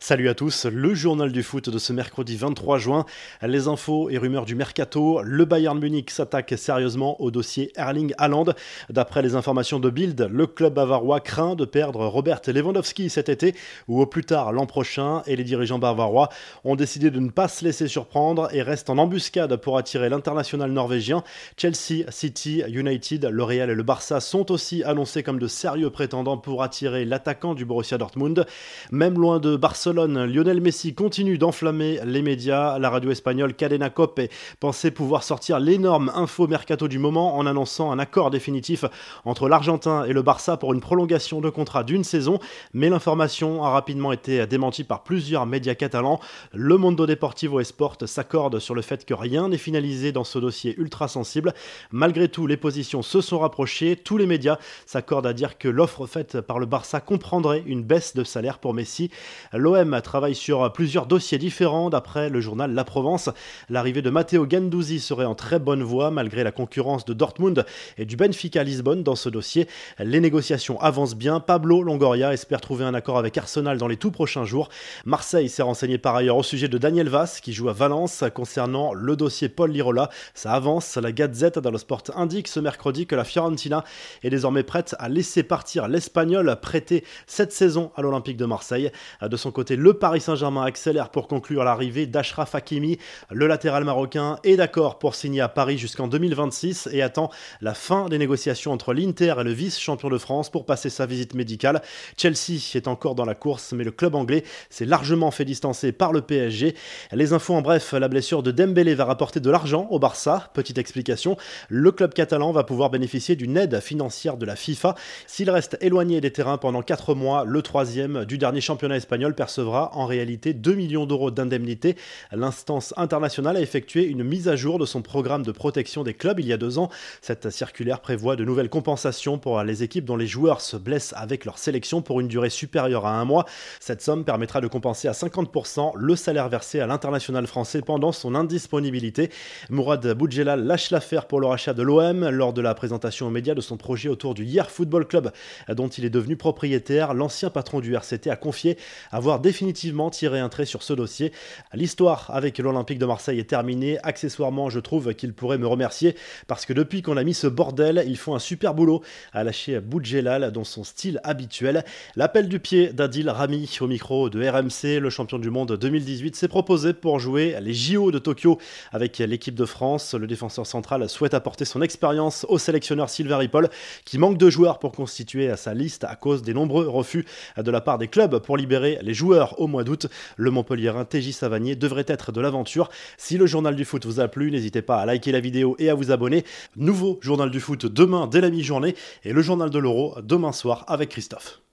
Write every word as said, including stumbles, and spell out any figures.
Salut à tous, le journal du foot de ce mercredi vingt-trois juin. Les infos et rumeurs du mercato. Le Bayern Munich s'attaque sérieusement au dossier Erling Haaland. D'après les informations de Bild, le club bavarois craint de perdre Robert Lewandowski cet été ou au plus tard l'an prochain. Et les dirigeants bavarois ont décidé de ne pas se laisser surprendre et restent en embuscade pour attirer l'international norvégien. Chelsea, City, United, le Real et le Barça sont aussi annoncés comme de sérieux prétendants pour attirer l'attaquant du Borussia Dortmund. Même loin de Barcelone, Lionel Messi continue d'enflammer les médias. La radio espagnole Cadena Cope pensait pouvoir sortir l'énorme info mercato du moment en annonçant un accord définitif entre l'Argentin et le Barça pour une prolongation de contrat d'une saison, mais l'information a rapidement été démentie par plusieurs médias catalans. Le Mundo Deportivo et Sport s'accorde sur le fait que rien n'est finalisé dans ce dossier ultra sensible. Malgré tout, les positions se sont rapprochées. Tous les médias s'accordent à dire que l'offre faite par le Barça comprendrait une baisse de salaire pour Messi. L'O M travaille sur plusieurs dossiers différents. D'après le journal La Provence, l'arrivée de Matteo Guendouzi serait en très bonne voie malgré la concurrence de Dortmund et du Benfica Lisbonne dans ce dossier. Les négociations avancent bien. Pablo Longoria espère trouver un accord avec Arsenal dans les tout prochains jours. Marseille s'est renseigné par ailleurs au sujet de Daniel Vaz qui joue à Valence. Concernant le dossier Paul Lirola, ça avance. La Gazette dello Sport indique ce mercredi que la Fiorentina est désormais prête à laisser partir l'Espagnol prêté cette saison à l'Olympique de Marseille. De son côté, le Paris Saint-Germain accélère pour conclure l'arrivée d'Achraf Hakimi. Le latéral marocain est d'accord pour signer à Paris jusqu'en deux mille vingt-six et attend la fin des négociations entre l'Inter et le vice-champion de France pour passer sa visite médicale. Chelsea est encore dans la course, mais le club anglais s'est largement fait distancer par le P S G. Les infos en bref, la blessure de Dembélé va rapporter de l'argent au Barça. Petite explication, le club catalan va pouvoir bénéficier d'une aide financière de la FIFA. S'il reste éloigné des terrains pendant quatre mois, le troisième du dernier championnat espagnol percevra en réalité deux millions d'euros d'indemnité. L'instance internationale a effectué une mise à jour de son programme de protection des clubs il y a deux ans. Cette circulaire prévoit de nouvelles compensations pour les équipes dont les joueurs se blessent avec leur sélection pour une durée supérieure à un mois. Cette somme permettra de compenser à cinquante pour cent le salaire versé à l'international français pendant son indisponibilité. Mourad Boudjelal lâche l'affaire pour le rachat de l'O M lors de la présentation aux médias de son projet autour du Hier Football Club dont il est devenu propriétaire. L'ancien patron du R C T a confié avoir définitivement tiré un trait sur ce dossier. L'histoire avec l'Olympique de Marseille est terminée. Accessoirement, je trouve qu'il pourrait me remercier parce que depuis qu'on a mis ce bordel, ils font un super boulot, à lâcher Boudjelal dans son style habituel. L'appel du pied d'Adil Rami au micro de R M C, le champion du monde deux mille dix-huit, s'est proposé pour jouer les J O de Tokyo avec l'équipe de France. Le défenseur central souhaite apporter son expérience au sélectionneur Sylvain Ripoll qui manque de joueurs pour constituer sa liste à cause des nombreux refus de la part des clubs pour libérer les joueurs au mois d'août. Le Montpelliérain T J Savanier devrait être de l'aventure. Si le journal du foot vous a plu, n'hésitez pas à liker la vidéo et à vous abonner. Nouveau journal du foot demain dès la mi-journée et le journal de l'Euro demain soir avec Christophe.